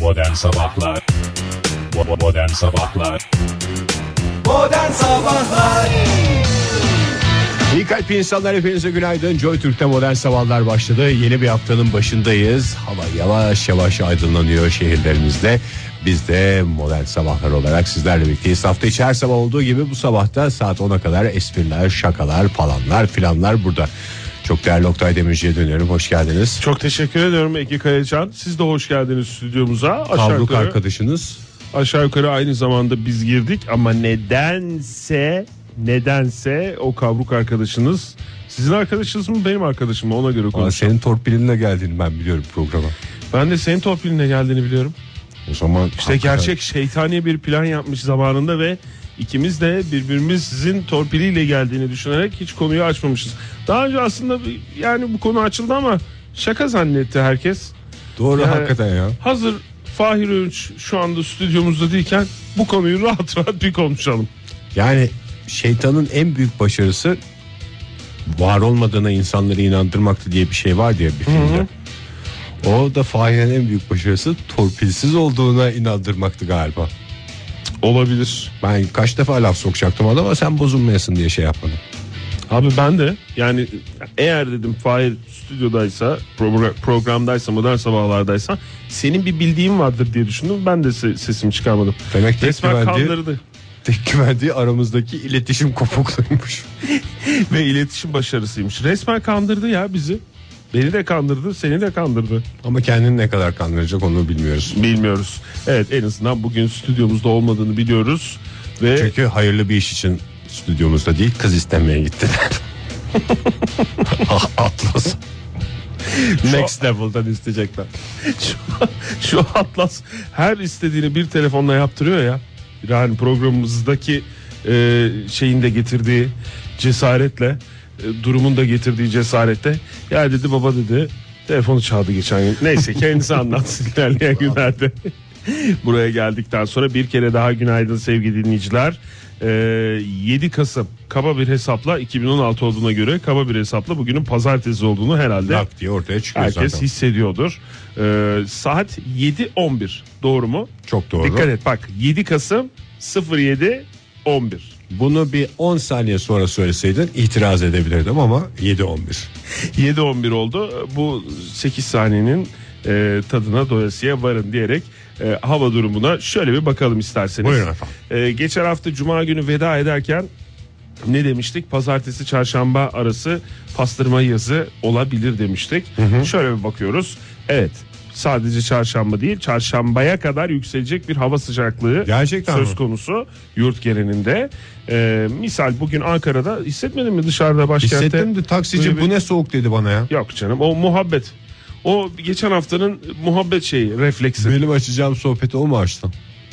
Modern Sabahlar. Modern Sabahlar. Modern Sabahlar. İyi kalp insanlar, hepinize günaydın. Joy Türk'te Modern Sabahlar başladı. Yeni bir haftanın başındayız. Hava yavaş yavaş aydınlanıyor şehirlerimizde. Biz de Modern Sabahlar olarak sizlerle birlikteyiz. Hafta içi her sabah olduğu gibi bu sabahta saat 10'a kadar espriler, şakalar, falanlar filanlar burada. Çok değerli Oktay Demirci'ye dönüyorum. Hoş geldiniz. Çok teşekkür ediyorum Ege Kayacan. Siz de hoş geldiniz stüdyomuza. Kavruk arkadaşınız. Aşağı yukarı aynı zamanda biz girdik ama nedense o kavruk arkadaşınız sizin arkadaşınız mı benim arkadaşım mı, ona göre konuşalım. Senin torpilinle geldiğini ben biliyorum programa. Ben de senin torpilinle geldiğini biliyorum. O zaman İşte gerçek şeytani bir plan yapmış zamanında ve ikimiz de birbirimizin torpiliyle geldiğini düşünerek hiç konuyu açmamışız. Daha önce aslında yani bu konu açıldı ama şaka zannetti herkes. Doğru, yani, hakikaten ya. Hazır Fahir Öğünç şu anda stüdyomuzda değilken bu konuyu rahat rahat bir konuşalım. Yani şeytanın en büyük başarısı var olmadığına insanları inandırmaktı diye bir şey var diye bir filmde. Hı-hı. O da Fahir'in en büyük başarısı torpilsiz olduğuna inandırmaktı galiba. Olabilir. Ben kaç defa laf sokacaktım adama, sen bozulmayasın diye şey yapmadım. Abi ben de yani eğer dedim Fahir stüdyodaysa, programdaysa, Modern Sabahlardaysa senin bir bildiğin vardır diye düşündüm. Ben de sesimi çıkarmadım. Demek resmen kandırdı. Tek güvendiği aramızdaki iletişim kopukluymuş. Ve iletişim başarısıymış. Resmen kandırdı ya bizi. Beni de kandırdı, seni de kandırdı. Ama kendini ne kadar kandıracak onu bilmiyoruz. Bilmiyoruz. Evet, en azından bugün stüdyomuzda olmadığını biliyoruz. Ve çünkü hayırlı bir iş için stüdyomuzda değil, kız istemeye gittiler. Atlas. Next level'dan isteyecekler. Şu Atlas her istediğini bir telefonla yaptırıyor ya. Yani programımızdaki şeyin de getirdiği cesaretle, durumun da getirdiği cesaretle, ya dedi baba dedi, telefonu çaldı geçen gün. Neyse, kendisi anlatsın ilerleyen günlerde. Buraya geldikten sonra bir kere daha günaydın sevgili dinleyiciler. 7 Kasım kaba bir hesapla 2016 olduğuna göre, kaba bir hesapla bugünün pazartesi olduğunu herhalde lak diye ortaya çıkıyor herkes zaten. hissediyordur. Saat 7.11, doğru mu? Çok doğru. Dikkat et bak, 7 Kasım 07.11. Bunu bir 10 saniye sonra söyleseydin itiraz edebilirdim ama 7.11. 7.11 oldu. Bu 8 saniyenin tadına doyasıya varın diyerek hava durumuna şöyle bir bakalım isterseniz. Buyurun efendim. Geçen hafta Cuma günü veda ederken ne demiştik? Pazartesi çarşamba arası pastırma yazı olabilir demiştik. Hı. Şöyle bir bakıyoruz. Evet, sadece çarşamba değil, çarşambaya kadar yükselecek bir hava sıcaklığı gerçekten söz konusu yurt genelinde. Misal bugün Ankara'da hissetmedin mi dışarıda, başkentte? Hissettim de taksici bu ne soğuk dedi bana ya. Yok canım, o muhabbet. O geçen haftanın muhabbet şeyi, refleksi. Benim açacağım sohbeti o mu açtı?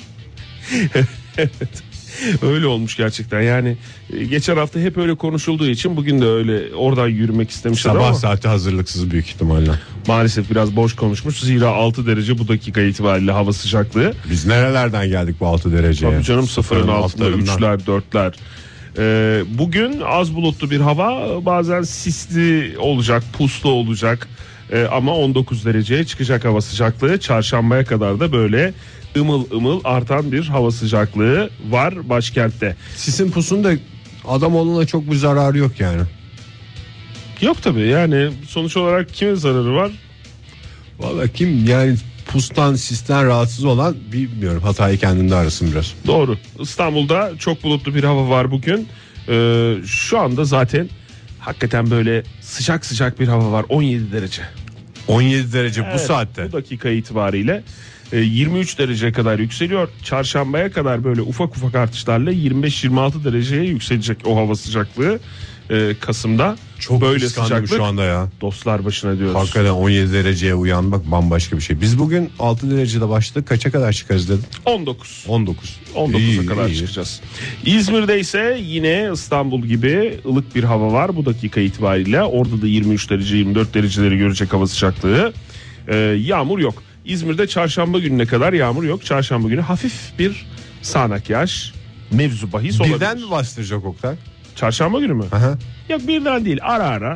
Evet. Öyle olmuş gerçekten. Yani geçen hafta hep öyle konuşulduğu için bugün de öyle oradan yürümek istemişler ama sabah saati hazırlıksız büyük ihtimalle. Maalesef biraz boş konuşmuş. Zira 6 derece bu dakika itibariyle hava sıcaklığı. Biz nerelerden geldik bu 6 dereceye? Tabii canım, sıfırın altında 3'ler 4'ler. Bugün az bulutlu bir hava, bazen sisli olacak, puslu olacak. Ama 19 dereceye çıkacak hava sıcaklığı. Çarşambaya kadar da böyle ımıl ımıl artan bir hava sıcaklığı var başkentte. Sisin pusun da adam olana çok bir zararı yok yani. Yok tabii, yani sonuç olarak kimin zararı var? Vallahi kim yani pustan sisten rahatsız olan bilmiyorum, hatayı kendinde arasın biraz. Doğru. İstanbul'da çok bulutlu bir hava var bugün. Şu anda zaten hakikaten böyle sıcak sıcak bir hava var. 17 derece. 17 derece evet, bu saatte. Bu dakika itibariyle 23 derece kadar yükseliyor. Çarşambaya kadar böyle ufak ufak artışlarla 25-26 dereceye yükselecek o hava sıcaklığı. Kasım'da çok böyle sıcaklık şu anda ya. Dostlar başına diyoruz. Hakikaten 17 dereceye uyanmak bambaşka bir şey. Biz bugün 6 derecede başladık. Kaça kadar çıkarız dedin? 19. 19'a kadar çıkacağız. İzmir'de ise yine İstanbul gibi ılık bir hava var bu dakika itibariyle. Orada da 23 derece 24 dereceleri görecek hava sıcaklığı. Yağmur yok. İzmir'de çarşamba gününe kadar yağmur yok. Çarşamba günü hafif bir sağanak yağış mevzu bahis olabilir. Birden mi bastıracak Oktay? Çarşamba günü mü? Aha. Yok, birden değil, ara ara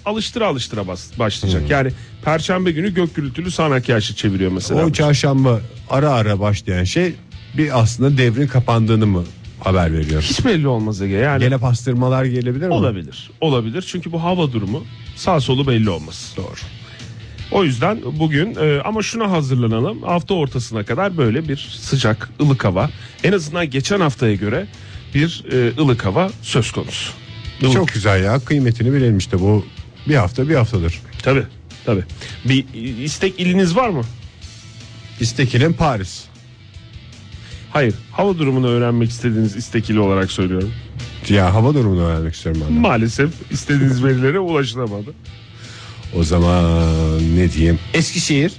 alıştıra başlayacak. Yani Perşembe günü gök gürültülü sağanak yağışı çeviriyor mesela. O çarşamba ara başlayan şey bir aslında devrin kapandığını mı haber veriyor? Hiç belli olmaz Ege. Yani Gene pastırmalar gelebilir mi? Olabilir. Çünkü bu hava durumu sağ solu belli olmaz. Doğru. O yüzden bugün ama şuna hazırlanalım. Hafta ortasına kadar böyle bir sıcak, ılık hava. En azından geçen haftaya göre bir ılık hava söz konusu. Çok güzel ya, kıymetini bilelim işte, bu bir haftadır. Tabii. Bir istek iliniz var mı? İstek ilim Paris. Hayır. Hava durumunu öğrenmek istediğiniz istek ili olarak söylüyorum. Ya hava durumunu öğrenmek istiyorum ben de. Maalesef istediğiniz verilere ulaşılamadı. O zaman ne diyeyim? Eskişehir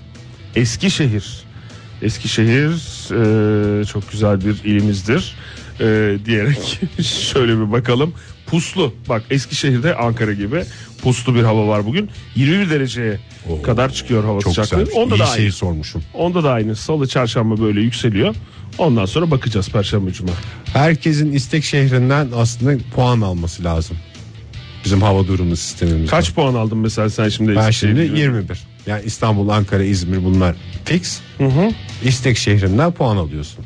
çok güzel bir ilimizdir diyerek şöyle bir bakalım. Puslu. Bak Eskişehir'de Ankara gibi puslu bir hava var bugün. 21 dereceye kadar çıkıyor hava çok sıcaklığı. güzel. Onda İyi da şehir aynı. sormuşum. Onda da aynı. Salı, çarşamba böyle yükseliyor. Ondan sonra bakacağız Perşembe, Cuma. Herkesin istek şehrinden aslında puan alması lazım. Bizim hava durumu sistemimizde. Kaç puan aldın mesela sen şimdi? Ben şimdi 21. Yani İstanbul, Ankara, İzmir bunlar fix. İstek şehrinden puan alıyorsun.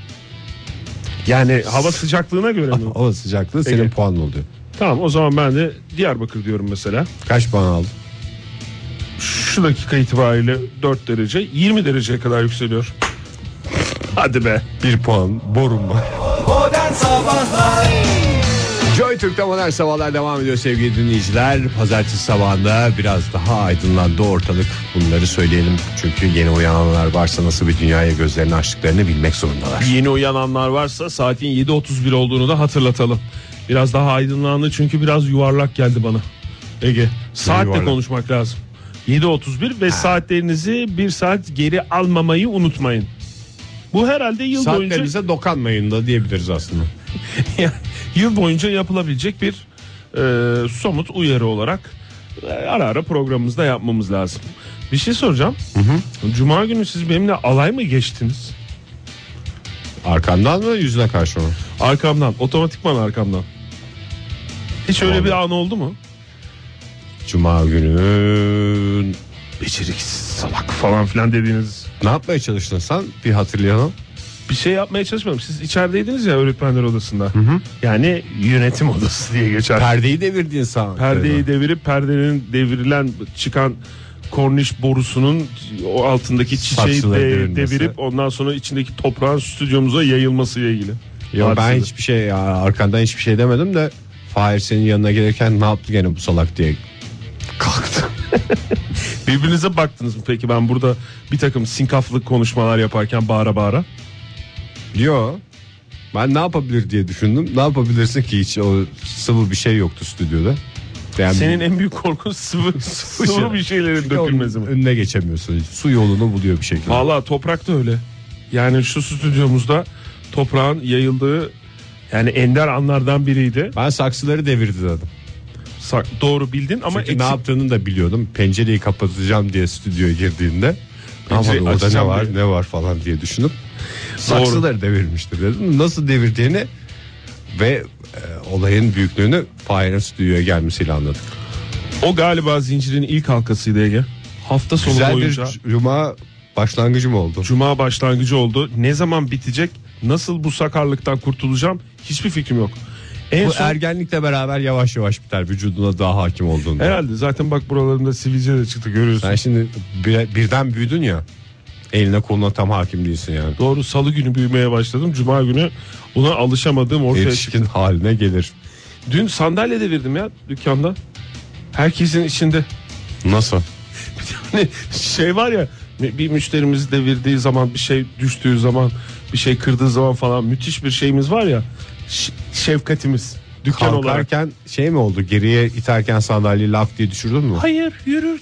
Yani hava sıcaklığına göre mi? Hava sıcaklığı senin Peki. puanın oluyor. Tamam, o zaman ben de Diyarbakır diyorum mesela. Kaç puan aldın? Şu dakika itibariyle 4 derece, 20 dereceye kadar yükseliyor. Hadi be. 1 puan borum var. Modern Sabahlar Joy Türk'te modern sabahlar devam ediyor sevgili dinleyiciler. Pazartesi sabahında biraz daha aydınlandı ortalık. Bunları söyleyelim çünkü yeni uyananlar varsa nasıl bir dünyaya gözlerini açtıklarını bilmek zorundalar. Yeni uyananlar varsa saatin 7.31 olduğunu da hatırlatalım. Biraz daha aydınlandı çünkü biraz yuvarlak geldi bana. Ege, saatle yuvarlak? konuşmak lazım. 7.31 ve saatlerinizi 1 saat geri almamayı unutmayın. Bu herhalde yıl boyunca Saatlerinize dokanmayın da diyebiliriz aslında. yıl boyunca yapılabilecek bir somut uyarı olarak ara ara programımızda yapmamız lazım. Bir şey soracağım. Cuma günü siz benimle alay mı geçtiniz? Arkandan mı yüzüne karşı mı? Arkamdan, otomatikman arkamdan. Hiç öyle bir an oldu mu? Cuma günü Beceriksiz, salak falan filan dediğiniz. ne yapmaya çalıştın sen? Bir hatırlayalım. Bir şey yapmaya çalışmadım. Siz içerideydiniz ya öğretmenler odasında. Yani yönetim odası diye geçer. Perdeyi devirdiğin sağ. Perdeyi devirip perdenin devrilen çıkan korniş borusunun o altındaki çiçeği Saksıları devirmesi. devirip ondan sonra içindeki toprağın stüdyomuza yayılması ile ilgili. Ya ben Hadisede. hiçbir şey ya, arkandan hiçbir şey demedim de Fahir senin yanına gelirken ne yaptı gene bu salak diye kalktı. Birbirinize baktınız mı peki, ben burada bir takım sinkaflık konuşmalar yaparken bağıra bağıra? Yo. Ben ne yapabilir diye düşündüm. Ne yapabilirsin ki, hiç o sıvı bir şey yoktu stüdyoda. Yani Senin en büyük korkun sıvı bir şeylerin dökülmesi mi? önüne geçemiyorsun. Su yolunu buluyor bir şekilde. Valla toprak da öyle. Yani şu stüdyomuzda toprağın yayıldığı yani ender anlardan biriydi. Ben saksıları devirdi dedim. Doğru bildin ama Çünkü ne yaptığını da biliyordum. Pencereyi kapatacağım diye stüdyoya girdiğinde Pencereyi orada ne açacağım var diye. ne var falan diye düşünüp saksıları devirmiştir dedim. Nasıl devirdiğini ve olayın büyüklüğünü Fahir'in stüdyoya gelmesiyle anladık. O galiba zincirin ilk halkasıydı Ege. Hafta sonu Güzel boyunca bir cuma başlangıcı mı oldu? Cuma başlangıcı oldu. Ne zaman bitecek? Nasıl bu sakarlıktan kurtulacağım? Hiçbir fikrim yok. En Bu son ergenlikle beraber yavaş yavaş biter, vücuduna daha hakim olduğunda. herhalde zaten bak buralarında sivilce de çıktı, görüyorsun. Sen şimdi birden büyüdün ya, eline koluna tam hakim değilsin yani. Doğru, salı günü büyümeye başladım. Cuma günü buna alışamadığım ortaya çıktı. Yetişkin haline gelir. Dün sandalye devirdim ya dükkanda. Herkesin içinde. Nasıl? Hani şey var ya, bir müşterimiz devirdiği zaman, bir şey düştüğü zaman, bir şey kırdığı zaman falan müthiş bir şeyimiz var ya, şefkatimiz dükkan olarak. Kalkarken şey mi oldu, geriye iterken sandalyeyi laf diye düşürdün mü? Hayır,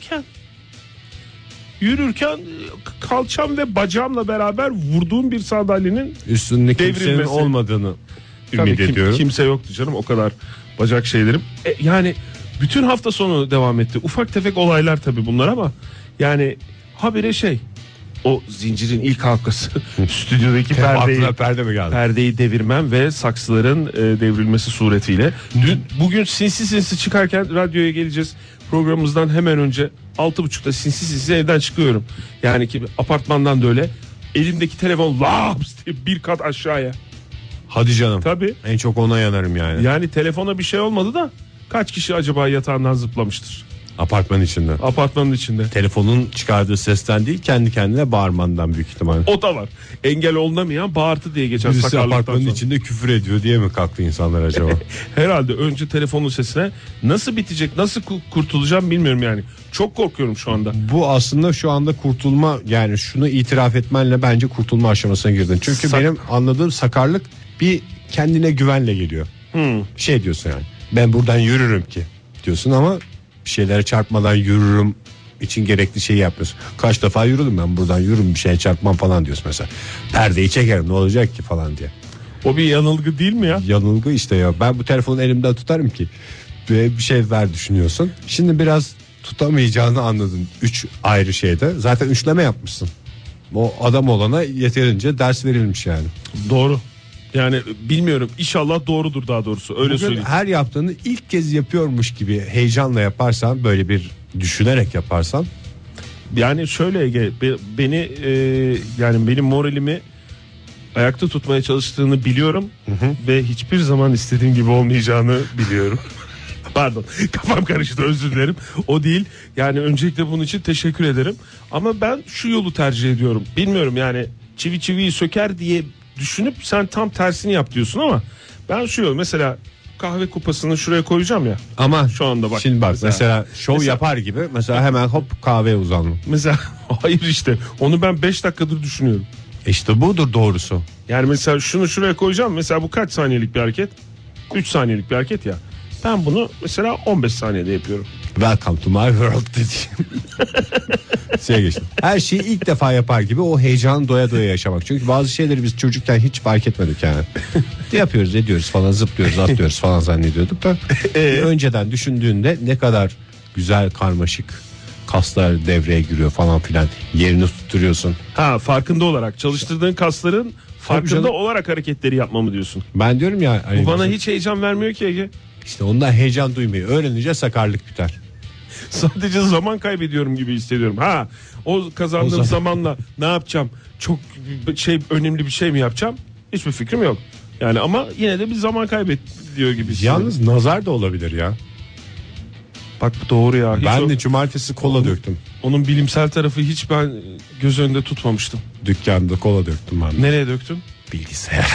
yürürken kalçam ve bacağımla beraber vurduğum bir sandalyenin Üstünde kimsenin devrilmesi. olmadığını Tabii ümit ediyorum. kimse yoktu canım, o kadar bacak şeylerim. Yani bütün hafta sonu devam etti. Ufak tefek olaylar tabii bunlar ama yani habire şey, o zincirin ilk halkası stüdyodaki Aklına perde mi geldi? perdeyi devirmem ve saksıların devrilmesi suretiyle. Bugün sinsi çıkarken radyoya geleceğiz. Programımızdan hemen önce 6.30'da sinsi evden çıkıyorum. Yani ki apartmandan da öyle. Elimdeki telefon laps diye bir kat aşağıya. Hadi canım. Tabii. En çok ona yanarım yani. Yani telefona bir şey olmadı da kaç kişi acaba yatağından zıplamıştır? Apartman içinde. Apartmanın içinde. Telefonun çıkardığı sesten değil, kendi kendine bağırmandan büyük ihtimal. O da var. Engel olunamayan bağırtı diye geçer. Birisi sakarlıktan apartmanın sonra. içinde küfür ediyor diye mi kalktı insanlar acaba? Herhalde önce telefonun sesine nasıl bitecek, nasıl kurtulacağım bilmiyorum yani. Çok korkuyorum şu anda. Bu aslında şu anda kurtulma, yani şunu itiraf etmenle bence kurtulma aşamasına girdin. Çünkü benim anladığım sakarlık bir kendine güvenle geliyor. Şey diyorsun yani, ben buradan yürürüm ki diyorsun ama bir şeylere çarpmadan yürürüm için gerekli şeyi yapıyorsun. Kaç defa yürüdüm ben, buradan yürürüm, bir şeye çarpmam falan diyorsun mesela. Perdeyi çekerim, ne olacak ki falan diye. O bir yanılgı değil mi ya? Yanılgı işte ya. Ben bu telefonu elimden tutarım ki ve bir şeyler düşünüyorsun. Şimdi biraz tutamayacağını anladın. 3 ayrı şeyde. Zaten üçleme yapmışsın. O adam olana yeterince ders verilmiş yani. Doğru. Yani bilmiyorum, inşallah doğrudur, daha doğrusu öyle Bugün söyleyeyim. her yaptığını ilk kez yapıyormuş gibi heyecanla yaparsan, böyle bir düşünerek yaparsan, Yani şöyle Ege, beni yani benim moralimi ayakta tutmaya çalıştığını biliyorum ve hiçbir zaman istediğim gibi olmayacağını biliyorum. Pardon, kafam karıştı, özür dilerim. O değil. Yani öncelikle bunun için teşekkür ederim. Ama ben şu yolu tercih ediyorum. Bilmiyorum yani, çivi çiviyi söker diye düşünüp sen tam tersini yap diyorsun ama ben şu yol, mesela kahve kupasını şuraya koyacağım ya. ama Şu anda bak. şimdi bak mesela şov Mesela- yapar gibi mesela hemen hop kahveye uzandım. Mesela hayır, işte onu ben 5 dakikadır düşünüyorum. İşte budur doğrusu. Yani mesela şunu şuraya koyacağım. Mesela bu kaç saniyelik bir hareket? 3 saniyelik bir hareket ya. Ben bunu mesela 15 saniyede yapıyorum. Welcome to my world dediğim. Geçtim. Her şeyi ilk defa yapar gibi o heyecanı doya doya yaşamak. Çünkü bazı şeyleri biz çocukken hiç fark etmedik yani. Yapıyoruz, ediyoruz falan, zıplıyoruz, atlıyoruz falan zannediyorduk da önceden düşündüğünde ne kadar güzel, karmaşık kaslar devreye giriyor falan filan. Yerini tutturuyorsun. Ha, farkında olarak çalıştırdığın kasların farkında canım. olarak hareketleri yapmamı diyorsun. Ben diyorum ya hani Bu bana bizim- hiç heyecan vermiyor ki Ege. işte ondan heyecan duymayı öğrenince sakarlık biter. Sadece zaman kaybediyorum gibi hissediyorum. Ha, o kazandığım zamanla ne yapacağım? Çok önemli bir şey mi yapacağım? Hiçbir fikrim yok. Yani ama yine de bir zaman kaybediyor gibi hissediyorum. Yalnız nazar da olabilir ya. Bak bu doğru ya. Hiç Ben de cumartesi kola döktüm. onun bilimsel tarafı hiç ben göz önünde tutmamıştım. Dükkanda kola döktüm ben de. Nereye döktün? Bilgisayar.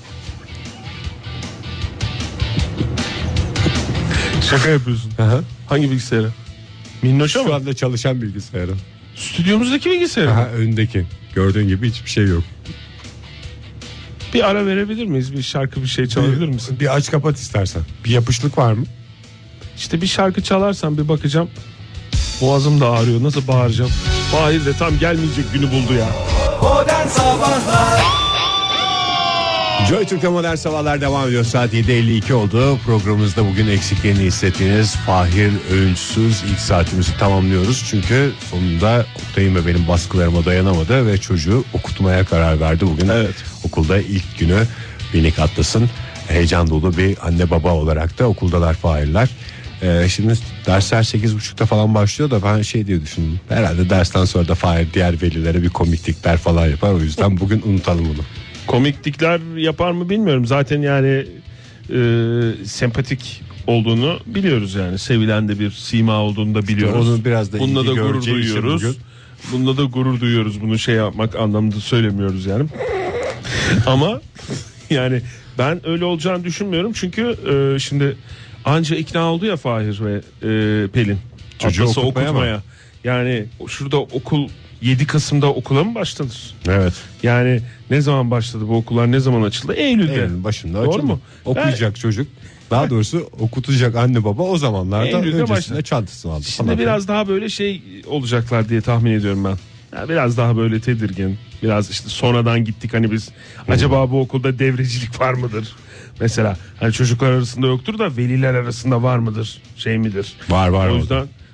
Şaka yapıyorsun. Hangi bilgisayara? Minnoş'a Şu mı? anda çalışan bilgisayarı. Stüdyomuzdaki bilgisayara mı? Aha, öndeki. Gördüğün gibi hiçbir şey yok. Bir ara verebilir miyiz? Bir şarkı, bir şey çalabilir misin? Bir aç kapat istersen. Bir yapışlık var mı? İşte bir şarkı çalarsan bir bakacağım. Boğazım da ağrıyor. Nasıl bağıracağım? Fahir de tam gelmeyecek günü buldu ya. Modern Sabahlar. Joy Türk'te Modern Sabahlar devam ediyor. Saat 7.52 oldu. Programımızda bugün eksiklerini hissettiğiniz Fahir Öğünçsüz ilk saatimizi tamamlıyoruz. Çünkü sonunda Oktay'ın ve benim baskılarıma dayanamadı ve çocuğu okutmaya karar verdi bugün. Evet. Okulda ilk günü Minik Atlas'ın heyecan dolu bir anne baba olarak da okuldalar Fahirler. Şimdi dersler 8.30'da falan başlıyor da ben şey diye düşündüm. Herhalde dersten sonra da Fahir diğer velilere bir komiklikler falan yapar. O yüzden bugün unutalım bunu. Komiklikler yapar mı bilmiyorum. Zaten yani sempatik olduğunu biliyoruz yani. Sevilen de bir sima olduğunu da biliyoruz. Onu biraz da bununla ilgi da gurur göreceği için duyuyoruz. bugün. Bununla da gurur duyuyoruz. Bunu şey yapmak anlamında söylemiyoruz yani. Ama yani ben öyle olacağını düşünmüyorum. Çünkü şimdi anca ikna oldu ya Fahir ve Pelin. Çocuğu Atlası okutmaya mı? Yani şurada okul 7 Kasım'da okula mı başlanır? Evet. Yani ne zaman başladı bu okullar, ne zaman açıldı? Eylül'de. Eylül'ün başında Doğru açıldı. mu? Okuyacak çocuk. Daha doğrusu okutacak anne baba o zamanlarda Eylül'de öncesinde başladı. çantasını aldı. Şimdi falan. biraz daha böyle şey olacaklar diye tahmin ediyorum ben. Ya biraz daha böyle tedirgin. Biraz işte sonradan gittik hani biz. Acaba bu okulda devrecilik var mıdır? Mesela hani çocuklar arasında yoktur da veliler arasında var mıdır? Şey midir? Var O yüzden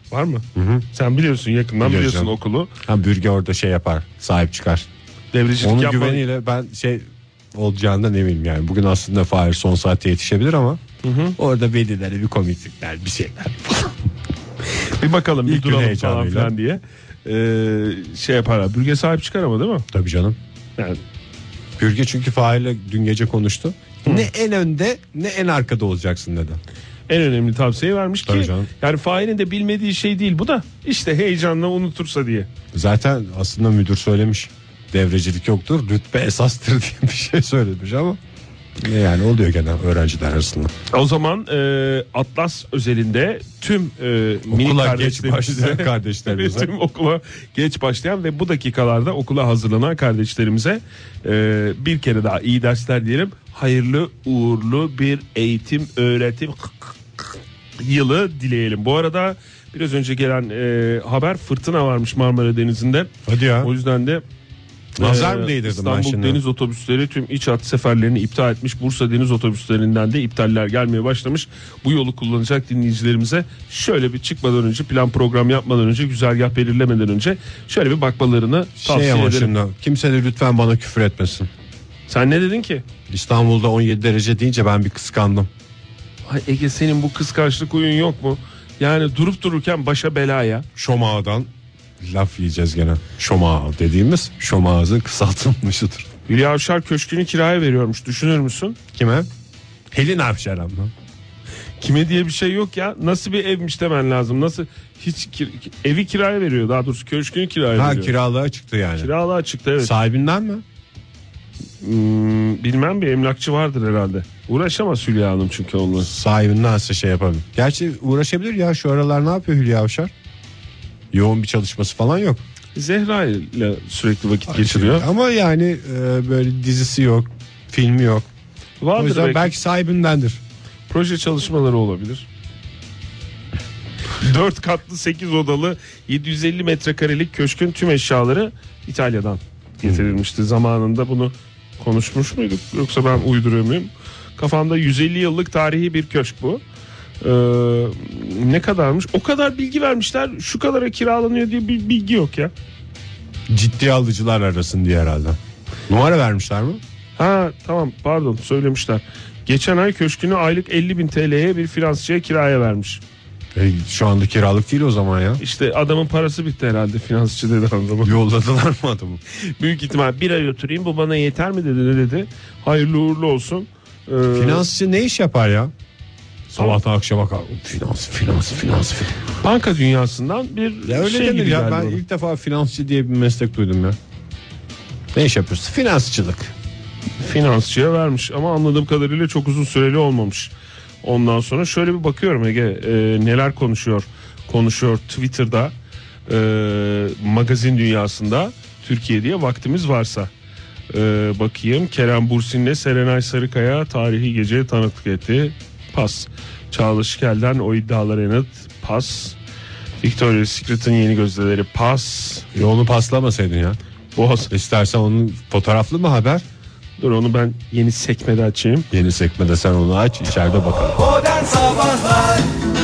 Var mı? Sen biliyorsun, yakından Biliyorum. biliyorsun okulu. Ha, Bürge orada şey yapar, sahip çıkar. Devrecilik Onun yapmalı. güveniyle ben şey olacağından eminim yani. Bugün aslında Fahir son saate yetişebilir ama orada velilere bir komiklikler, bir şeyler. Bir bakalım, bir İlk gün duralım falan heyecanıyla. filan diye. Şey yaparlar. Bürge sahip çıkar ama, değil mi? Tabii canım. Yani Bürge çünkü Fahir'le dün gece konuştu. Ne en önde ne en arkada olacaksın dedi. en önemli tavsiyeyi vermiş Tabii ki canım. yani Fahir'in de bilmediği şey değil bu da, işte heyecanla unutursa diye. Zaten aslında müdür söylemiş. Devrecilik yoktur, rütbe esastır diye bir şey söylemiş ama yani oluyor gene öğrenciler arasında. O zaman Atlas özelinde tüm minik Okula geç başlayan kardeşlerimize, kardeşlerimize. tüm okula geç başlayan ve bu dakikalarda okula hazırlanan kardeşlerimize bir kere daha iyi dersler diyelim. Hayırlı uğurlu bir eğitim öğretim yılı dileyelim. Bu arada biraz önce gelen haber, fırtına varmış Marmara Denizi'nde. Hadi ya. O yüzden de Nazar mı değdirdim ben İstanbul şimdi? deniz otobüsleri tüm iç hat seferlerini iptal etmiş. Bursa deniz otobüslerinden de iptaller gelmeye başlamış. Bu yolu kullanacak dinleyicilerimize şöyle bir çıkmadan önce, plan program yapmadan önce, güzergah belirlemeden önce şöyle bir bakmalarını tavsiye Şey ama ederim. şimdi kimse de lütfen bana küfür etmesin. Sen ne dedin ki? İstanbul'da 17 derece deyince ben bir kıskandım. Ay Ege, senin bu kıskançlık huyun yok mu? Yani durup dururken başa belaya. Şomağı'dan laf yiyeceğiz gene. Şomağı dediğimiz şomağızın kısaltılmışıdır. Hülya Avşar köşkünü kiraya veriyormuş, düşünür müsün? Kime? Helin Avşar mı? Kime diye bir şey yok ya. Nasıl bir evmiş demen lazım. Nasıl hiç evi kiraya veriyor, daha doğrusu köşkünü kiraya Ha, veriyor. kiralığa çıktı yani. Kiralığa çıktı, evet. Sahibinden mi? Bilmem, bir emlakçı vardır herhalde. Uğraşamaz Hülya Hanım çünkü onunla. Sahibindense şey yapalım. Gerçi uğraşabilir ya, şu aralar ne yapıyor Hülya Avşar? Yoğun bir çalışması falan yok. Zehra ile sürekli vakit geçiriyor. Ama yani böyle dizisi yok, filmi yok. O Vardır yüzden belki. belki sahibindendir. Proje çalışmaları olabilir. 4 katlı 8 odalı 750 metrekarelik köşkün tüm eşyaları İtalya'dan getirilmişti. Zamanında bunu konuşmuş muyduk yoksa ben uyduruyor muyum? Kafamda 150 yıllık tarihi bir köşk bu. Ne kadarmış? O kadar bilgi vermişler. Şu kadara kiralanıyor diye bir bilgi yok ya. Ciddi alıcılar arasın diye herhalde. Numara vermişler mi? Ha tamam, pardon, söylemişler. Geçen ay köşkünü aylık 50.000 TL'ye bir finansçıya kiraya vermiş. Şu anda kiralık değil o zaman ya. İşte adamın parası bitti herhalde, finansçı dedi adamı. Yolladılar mı adamı? Büyük ihtimal bir ay oturayım, bu bana yeter mi dedi, ne dedi. Hayırlı uğurlu olsun. Finansçı ne iş yapar ya? Sabahtan akşama kadar finans. Banka dünyasından bir Ya öyle şey denir gibi ya. geldi Ben bana. ilk defa finansçı diye bir meslek duydum ya. Ne iş yapıyorsun? Finansçılık. Finansçıya vermiş ama anladığım kadarıyla çok uzun süreli olmamış. Ondan sonra şöyle bir bakıyorum Ege, neler konuşuyor Twitter'da, magazin dünyasında Türkiye diye, vaktimiz varsa. Bakayım, Kerem Bürsin'le Serenay Sarıkaya tarihi geceye tanıklık etti. Pas. Çağla Şikel'den o iddialara yanıt. Pas. Victoria's Secret'ın yeni gözdeleri. Pas. Onu paslamasaydın ya. Boğaz. İstersen onun fotoğraflı mı haber? Dur, onu ben yeni sekmede açayım. Yeni sekmede sen onu aç, içeride bakalım. Modern Sabahlar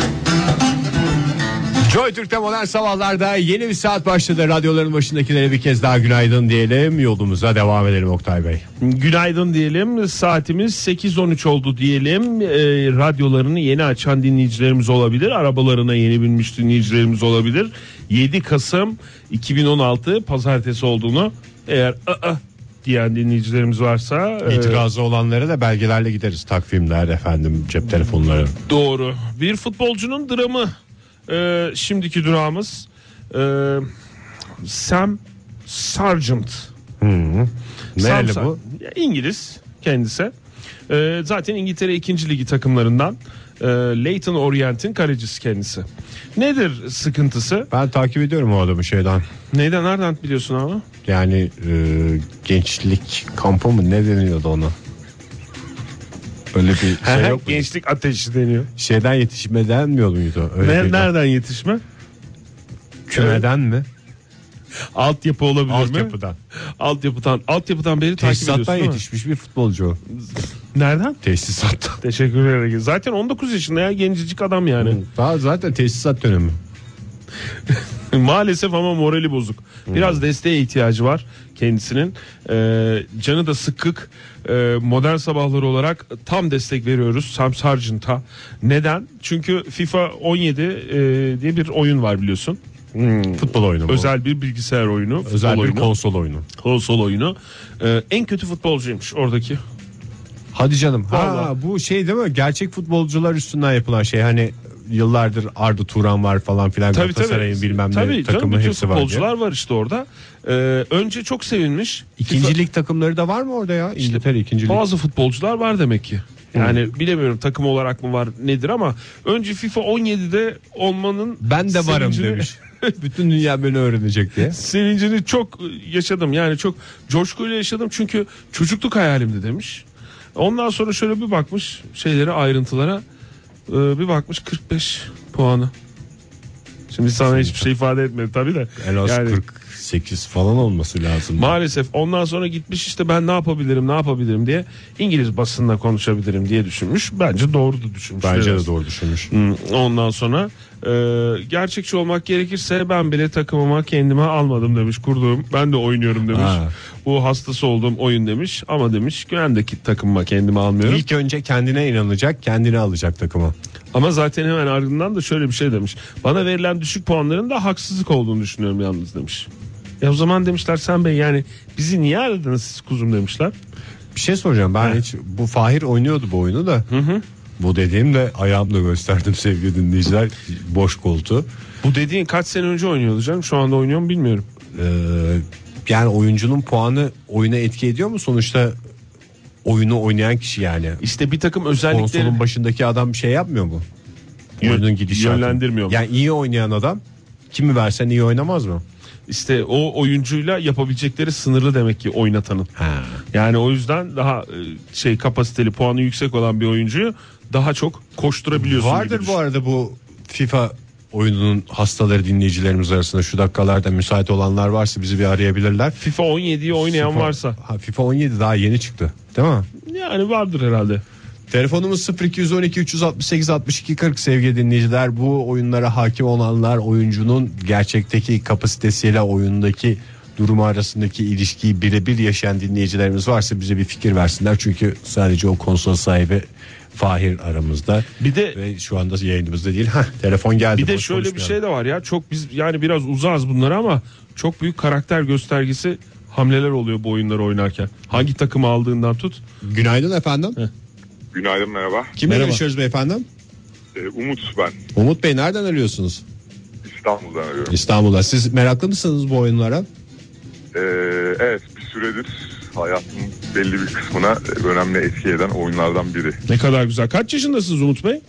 Joy Türk'te modern sabahlarda yeni bir saat başladı. Radyoların başındakilere bir kez daha günaydın diyelim. Yolumuza devam edelim Oktay Bey. Günaydın diyelim. Saatimiz 8.13 oldu diyelim. Radyolarını yeni açan dinleyicilerimiz olabilir. Arabalarına yeni binmiş dinleyicilerimiz olabilir. 7 Kasım 2016 pazartesi olduğunu eğer diyen dinleyicilerimiz varsa İtirazı olanlara da belgelerle gideriz. Takvimler, efendim, cep telefonları. doğru. Bir futbolcunun dramı şimdiki durağımız. Sam Sargent. Nereli Sam bu? Ya, İngiliz kendisi. Zaten İngiltere 2. Ligi takımlarından Leyton Orient'in kalecisi kendisi. Nedir sıkıntısı? Ben takip ediyorum o adamı şeyden. Nereden biliyorsun abi? Yani gençlik kampı mı ne deniyordu ona? Öyle bir şey yok mu? Gençlik ateşi deniyor. Şeyden yetişmeden mi muydu? Öyle bir- Nereden yetişme? Kümeden mi? Altyapı olabilir mi? Altyapıdan. Altyapıdan beri takip ediyorsun Tesisattan değil mi? yetişmiş bir futbolcu o. Nereden? Tesisattan. Teşekkür ederim. Zaten 19 yaşında ya, gencecik adam yani. Daha zaten tesisat dönemi. Maalesef ama morali bozuk. Biraz desteğe ihtiyacı var kendisinin. Canı da sıkkık. Modern Sabahlar olarak tam destek veriyoruz Sam Sargent'a. Neden? Çünkü FIFA 17 diye bir oyun var biliyorsun. Futbol oyunu bu. Özel bir bilgisayar oyunu. Özel bir oyunu. konsol oyunu. Konsol oyunu. En kötü futbolcuymuş oradaki. Hadi canım. Vallahi. Bu şey değil mi? Gerçek futbolcular üstünden yapılan şey. Hani yıllardır Arda Turan var falan filan. Galatasaray'ın bilmem ne tabii, takımı bütün hepsi var diye. futbolcular var işte orada. Önce çok sevinmiş. İkincilik takımları da var mı orada ya? İngiltere ikincilik. Bazı futbolcular var demek ki. Yani bilemiyorum takım olarak mı var nedir ama önce FIFA 17'de olmanın Ben de varım sevincini- demiş. Bütün dünya beni öğrenecek diye. Sevincini çok yaşadım. Yani çok coşkuyla yaşadım çünkü çocukluk hayalimdi demiş. Ondan sonra şöyle bir bakmış şeylere, ayrıntılara, bir bakmış 45 puanı. Şimdi sana hiçbir şey ifade etmedi tabii de. En az Yani 48 falan olması lazım. maalesef ondan sonra gitmiş işte ben ne yapabilirim diye İngiliz basınla konuşabilirim diye düşünmüş. Bence doğru da düşünmüş. Bence Evet. de doğru düşünmüş. Ondan sonra gerçekçi olmak gerekirse ben bile takımıma kendime almadım demiş. Kurduğum ben de oynuyorum demiş. Ha. Bu hastası olduğum oyun demiş ama demiş ben de takımıma kendime almıyorum. İlk önce kendine inanacak, kendine alacak takıma. Ama zaten hemen ardından da şöyle bir şey demiş. Bana verilen düşük puanların da haksızlık olduğunu düşünüyorum yalnız demiş. Ya o zaman demişler Sen Bey yani bizi niye aradınız siz kuzum demişler. Bir şey soracağım, ben hiç bu Fahir oynuyordu bu oyunu da. Bu dediğimde ayağımla gösterdim sevgili dinleyiciler, boş koltuğu. Bu dediğin kaç sene önce oynuyordu canım, şu anda oynuyor mu bilmiyorum. Yani oyuncunun puanı oyuna etki ediyor mu sonuçta, oyunu oynayan kişi yani. İşte bir takım özellikleri Konsolun başındaki adam bir şey yapmıyor mu? Oyunun gidişatını yönlendirmiyor mu? Yani iyi oynayan adam kimi versen iyi oynamaz mı? İşte o oyuncuyla yapabilecekleri sınırlı demek ki oynatanın. Yani o yüzden daha kapasiteli, puanı yüksek olan bir oyuncuyu daha çok koşturabiliyorsun. Vardır gibi bu arada bu FIFA oyununun hastaları dinleyicilerimiz arasında, şu dakikalarda müsait olanlar varsa bizi bir arayabilirler. FIFA 17'yi oynayan varsa. FIFA 17 daha yeni çıktı değil mi? Yani vardır herhalde. Telefonumuz 0212 368 62 40 sevgili dinleyiciler. Bu oyunlara hakim olanlar, oyuncunun gerçekteki kapasitesiyle oyundaki durumu arasındaki ilişkiyi birebir yaşayan dinleyicilerimiz varsa bize bir fikir versinler. Çünkü sadece o konsol sahibi Fahir aramızda. Bir de Ve şu anda yayınımızda değil. Telefon geldi. bir de boş şöyle bir konuşmayalım. şey de var ya, çok biz yani biraz uzağız bunlara ama çok büyük karakter göstergesi hamleler oluyor bu oyunları oynarken. Hangi takımı aldığından tut. Günaydın efendim. Günaydın, merhaba. Kimle Merhaba. görüşüyoruz beyefendi? Umut ben. Umut Bey, nereden arıyorsunuz? İstanbul'dan arıyorum. İstanbul'da. Siz meraklı mısınız bu oyunlara? Evet, bir süredir hayatımın belli bir kısmına önemli etki eden oyunlardan biri. Ne kadar güzel. Kaç yaşındasınız Umut Bey?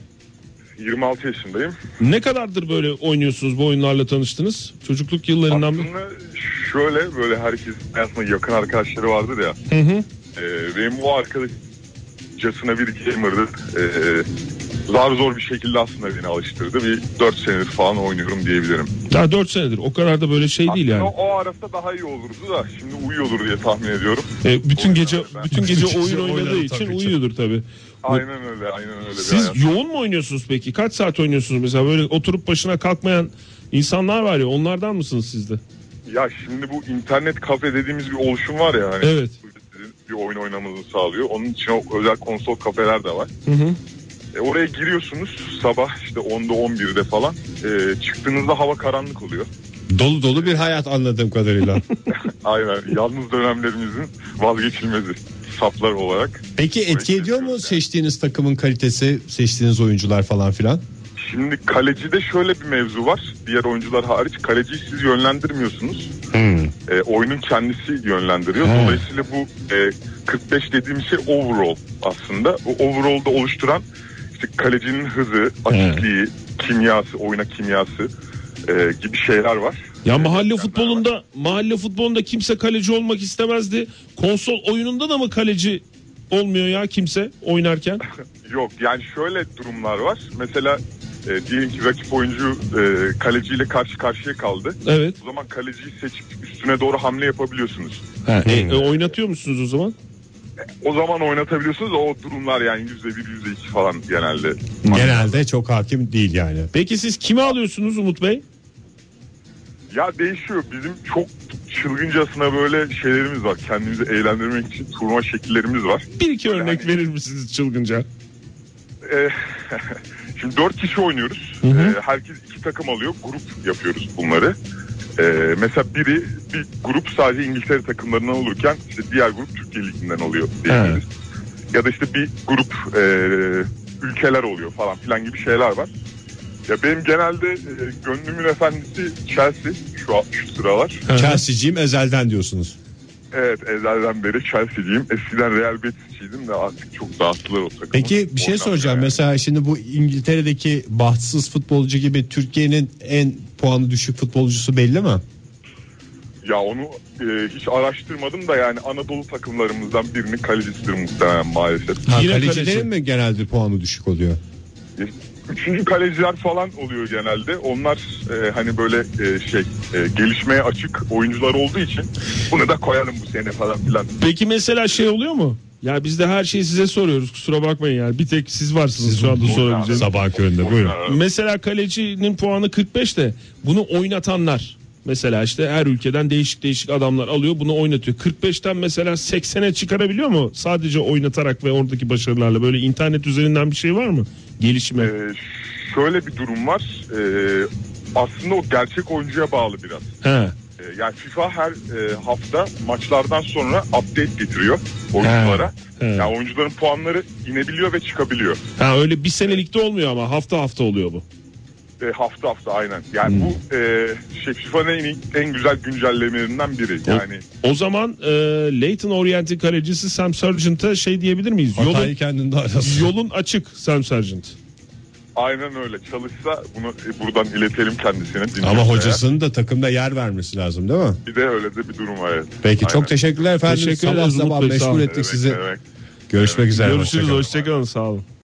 26 yaşındayım. Ne kadardır böyle oynuyorsunuz, bu oyunlarla tanıştınız? Çocukluk yıllarından mı? Aslında şöyle, böyle herkes hayatında yakın arkadaşları vardır ya. Benim o arkadaşcasına bir gamer'dı. Zar zor bir şekilde aslında beni alıştırdı. Bir 4 senedir falan oynuyorum diyebilirim. Daha 4 senedir. O kadar da böyle şey değil Aslında yani. o arasa daha iyi olurdu da şimdi uyuyordur diye tahmin ediyorum. Bütün gece Bütün oyun gece oynadığı oynadı için tabii ki. uyuyordur tabii. Aynen öyle, aynen öyle. bir Siz hayat. yoğun mu oynuyorsunuz peki? Kaç saat oynuyorsunuz mesela? Böyle oturup başına kalkmayan insanlar var ya, onlardan mısınız siz de? Ya şimdi bu internet kafe dediğimiz bir oluşum var ya. Hani Evet. sizin bir oyun oynamanızı sağlıyor. Onun için o özel konsol kafeler de var. Oraya giriyorsunuz sabah işte 10'da 11'de falan. Çıktığınızda hava karanlık oluyor. Dolu dolu bir hayat anladığım kadarıyla. Aynen, yalnız dönemlerimizin vazgeçilmezi saflar olarak. Peki etki ediyor mu seçtiğiniz takımın kalitesi, seçtiğiniz oyuncular falan filan? Şimdi kalecide şöyle bir mevzu var. Diğer oyuncular hariç kaleciyi siz yönlendirmiyorsunuz. Oyunun kendisi yönlendiriyor. Dolayısıyla bu 45 dediğimiz şey overall aslında. O overall'da oluşturan işte kalecinin hızı, açıklığı, kimyası, oyuna kimyası gibi şeyler var. Ya mahalle futbolunda kimse kaleci olmak istemezdi. Konsol oyununda da mı kaleci olmuyor ya kimse oynarken? Yok, yani şöyle durumlar var. Mesela diyelim ki rakip oyuncu kaleciyle karşı karşıya kaldı. Evet. O zaman kaleciyi seçip üstüne doğru hamle yapabiliyorsunuz. Oynatıyor musunuz o zaman? O zaman oynatabiliyorsunuz. O durumlar yani %1, %2 falan genelde. Genelde çok hakim değil yani. Peki siz kimi alıyorsunuz Umut Bey? Ya değişiyor. Bizim çok çılgıncasına böyle şeylerimiz var. Kendimizi eğlendirmek için turnuva şekillerimiz var. Bir iki Böyle örnek verir misiniz çılgınca? Şimdi 4 kişi oynuyoruz. Herkes 2 takım alıyor. Grup yapıyoruz bunları. Mesela bir grup sadece İngiltere takımlarından olurken işte diğer grup Türkiye Ligi'nden oluyor diyebiliriz. Ya da işte bir grup ülkeler oluyor falan filan gibi şeyler var. Ya benim genelde gönlümün efendisi Chelsea şu sıralar. Chelsea'ciyim ezelden diyorsunuz. Evet, ezelden beri Chelsea'ciyim. Eskiden Real Betis'ciydim de artık çok dağıttılar o takımı. Peki bir şey soracağım. Mesela şimdi bu İngiltere'deki bahtsız futbolcu gibi Türkiye'nin en puanı düşük futbolcusu belli mi? Ya onu hiç araştırmadım da yani Anadolu takımlarımızdan birinin kalecisidir muhtemelen maalesef. Yine Kalecilerin kaleci. mi genelde puanı düşük oluyor? Üçüncü kaleciler falan oluyor genelde. Onlar hani böyle gelişmeye açık oyuncular olduğu için bunu da koyalım bu sene falan filan. Peki mesela şey oluyor mu? Ya biz de her şeyi size soruyoruz, kusura bakmayın yani. Bir tek siz varsınız şu anda sorabileceğim. Sabah köründe buyurun. Mesela kalecinin puanı 45 de bunu oynatanlar. Mesela işte her ülkeden değişik adamlar alıyor, bunu oynatıyor. 45'ten mesela 80'e çıkarabiliyor mu? Sadece oynatarak ve oradaki başarılarla. Böyle internet üzerinden bir şey var mı? Gelişme. Şöyle bir durum var. Aslında o gerçek oyuncuya bağlı biraz. He. Yani FIFA her hafta maçlardan sonra update getiriyor oyunculara. Yani oyuncuların puanları inebiliyor ve çıkabiliyor. Ha, öyle bir senelikte olmuyor ama hafta oluyor bu. Hafta aynen. Yani bu FIFA'nın en güzel güncellemelerinden biri. Yani O zaman Leyton Orient'in kalecisi Sam Sargent'a şey diyebilir miyiz? Hatayı kendinde arasın. Yolun açık Sam Sargent. aynen öyle. Çalışsa bunu buradan iletelim kendisine. Ama hocasının da takımda yer vermesi lazım değil mi? Bir de öyle de bir durum var. Evet. Peki Aynen. çok teşekkürler efendim. Teşekkür ederiz Sabah Umut Bey, sağ meşgul olun. ettik sizi. Evet. Görüşmek üzere. Görüşürüz, Hoşça kalın. hoşçakalın, sağ olun.